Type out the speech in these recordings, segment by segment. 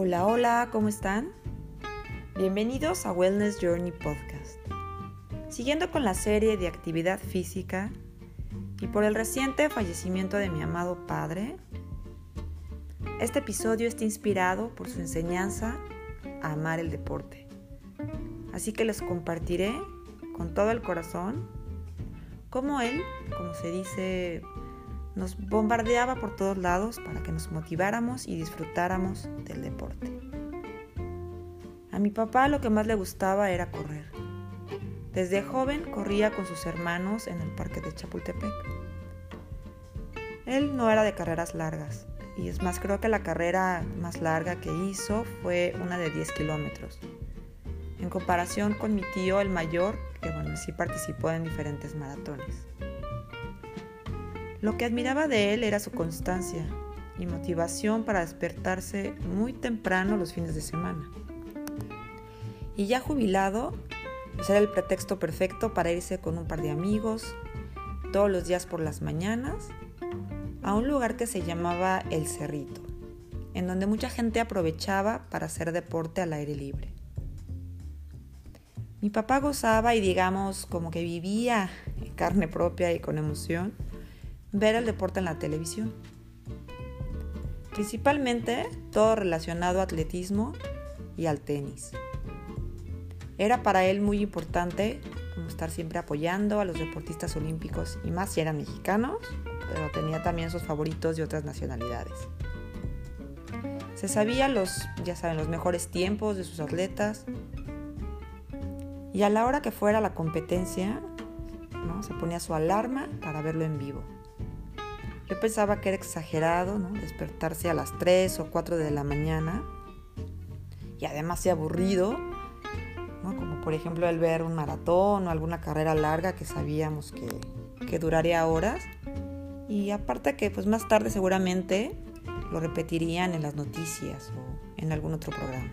Hola, hola, ¿cómo están? Bienvenidos a Wellness Journey Podcast. Siguiendo con la serie de actividad física y por el reciente fallecimiento de mi amado padre, este episodio está inspirado por su enseñanza a amar el deporte. Así que les compartiré con todo el corazón cómo él, como se dice, nos bombardeaba por todos lados para que nos motiváramos y disfrutáramos del deporte. A mi papá lo que más le gustaba era correr. Desde joven corría con sus hermanos en el parque de Chapultepec. Él no era de carreras largas, y es más, creo que la carrera más larga que hizo fue una de 10 kilómetros. En comparación con mi tío, el mayor, que sí participó en diferentes maratones. Lo que admiraba de él era su constancia y motivación para despertarse muy temprano los fines de semana. Y ya jubilado, pues era el pretexto perfecto para irse con un par de amigos todos los días por las mañanas a un lugar que se llamaba El Cerrito, en donde mucha gente aprovechaba para hacer deporte al aire libre. Mi papá gozaba y digamos como que vivía en carne propia y con emoción ver el deporte en la televisión. Principalmente todo relacionado a atletismo y al tenis. Era para él muy importante como estar siempre apoyando a los deportistas olímpicos y más si eran mexicanos, pero tenía también sus favoritos de otras nacionalidades. Se sabía los mejores tiempos de sus atletas y a la hora que fuera la competencia, se ponía su alarma para verlo en vivo. Yo pensaba que era exagerado, despertarse a las 3 o 4 de la mañana y además de aburrido, como por ejemplo el ver un maratón o alguna carrera larga que sabíamos que duraría horas y aparte que más tarde seguramente lo repetirían en las noticias o en algún otro programa.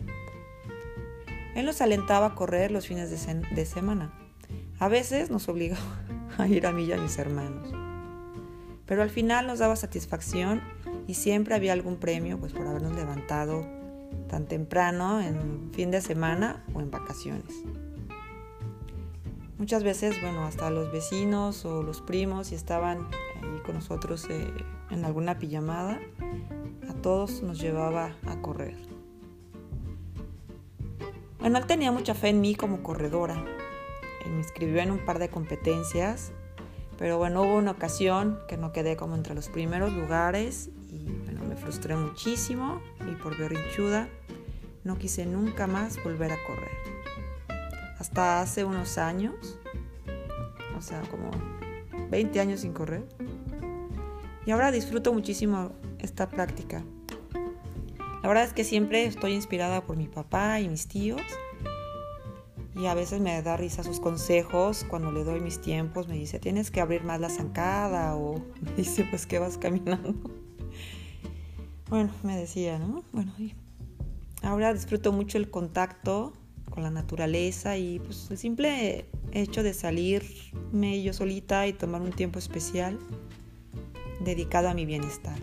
Él nos alentaba a correr los fines de semana. A veces nos obligaba a ir a mí y a mis hermanos. Pero al final nos daba satisfacción y siempre había algún premio por habernos levantado tan temprano en fin de semana o en vacaciones. Muchas veces, hasta los vecinos o los primos, si estaban ahí con nosotros en alguna pijamada, a todos nos llevaba a correr. Él tenía mucha fe en mí como corredora. Él me inscribió en un par de competencias, pero hubo una ocasión que no quedé como entre los primeros lugares y me frustré muchísimo y por berrinchuda no quise nunca más volver a correr. Hasta hace unos años, como 20 años sin correr. Y ahora disfruto muchísimo esta práctica. La verdad es que siempre estoy inspirada por mi papá y mis tíos. Y a veces me da risa sus consejos cuando le doy mis tiempos. Me dice, tienes que abrir más la zancada. O me dice, que vas caminando. Me decía, ¿no? Y ahora disfruto mucho el contacto con la naturaleza y el simple hecho de salirme yo solita y tomar un tiempo especial dedicado a mi bienestar.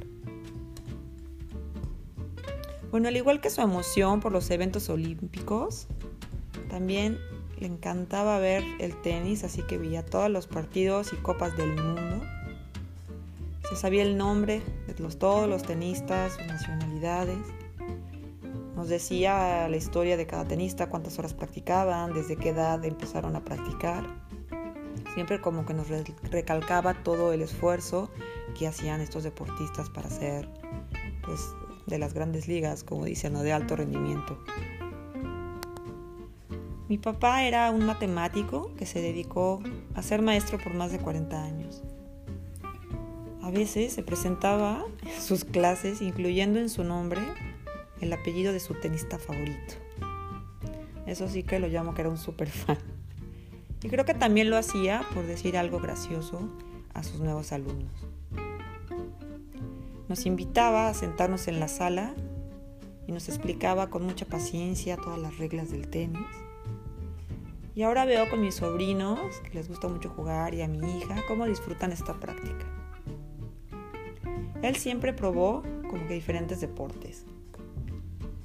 Al igual que su emoción por los eventos olímpicos, también le encantaba ver el tenis, así que veía todos los partidos y copas del mundo. Se sabía el nombre de todos los tenistas, sus nacionalidades. Nos decía la historia de cada tenista, cuántas horas practicaban, desde qué edad empezaron a practicar. Siempre como que nos recalcaba todo el esfuerzo que hacían estos deportistas para ser, de las grandes ligas, como dicen, de alto rendimiento. Mi papá era un matemático que se dedicó a ser maestro por más de 40 años. A veces se presentaba en sus clases incluyendo en su nombre el apellido de su tenista favorito. Eso sí que lo llamo que era un súper fan. Y creo que también lo hacía por decir algo gracioso a sus nuevos alumnos. Nos invitaba a sentarnos en la sala y nos explicaba con mucha paciencia todas las reglas del tenis. Y ahora veo con mis sobrinos, que les gusta mucho jugar, y a mi hija, cómo disfrutan esta práctica. Él siempre probó como que diferentes deportes.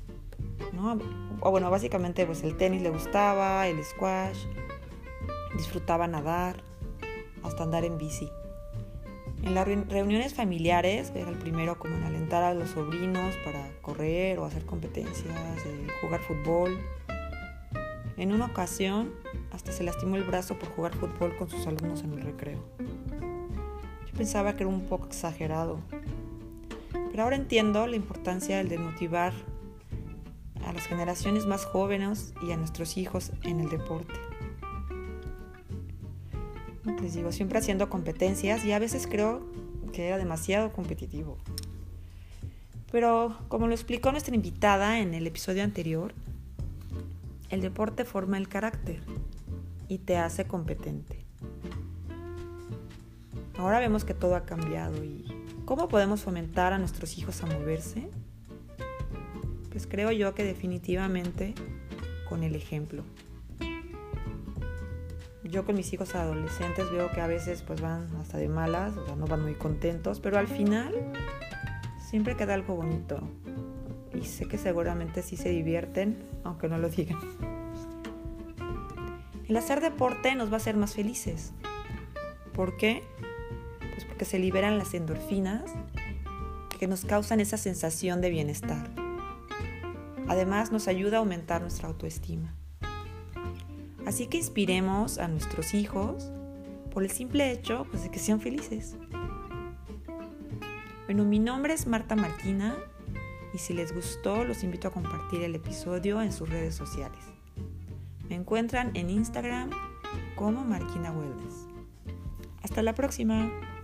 ¿no? O bueno, básicamente pues el tenis le gustaba, el squash, disfrutaba nadar, hasta andar en bici. En las reuniones familiares era el primero como en alentar a los sobrinos para correr o hacer competencias, jugar fútbol. En una ocasión hasta se lastimó el brazo por jugar fútbol con sus alumnos en el recreo. Yo pensaba que era un poco exagerado, pero ahora entiendo la importancia de motivar a las generaciones más jóvenes y a nuestros hijos en el deporte. Les digo, siempre haciendo competencias y a veces creo que era demasiado competitivo. Pero como lo explicó nuestra invitada en el episodio anterior, el deporte forma el carácter y te hace competente. Ahora vemos que todo ha cambiado y ¿cómo podemos fomentar a nuestros hijos a moverse? Pues creo yo que definitivamente con el ejemplo. Yo con mis hijos adolescentes veo que a veces pues van hasta de malas, o sea, no van muy contentos, pero al final siempre queda algo bonito. Y sé que seguramente sí se divierten, aunque no lo digan. El hacer deporte nos va a hacer más felices. ¿Por qué? Pues porque se liberan las endorfinas que nos causan esa sensación de bienestar. Además, nos ayuda a aumentar nuestra autoestima. Así que inspiremos a nuestros hijos por el simple hecho pues, de que sean felices. Bueno, mi nombre es Marta Marquina y si les gustó los invito a compartir el episodio en sus redes sociales. Me encuentran en Instagram como Marquina Wellness. Hasta la próxima.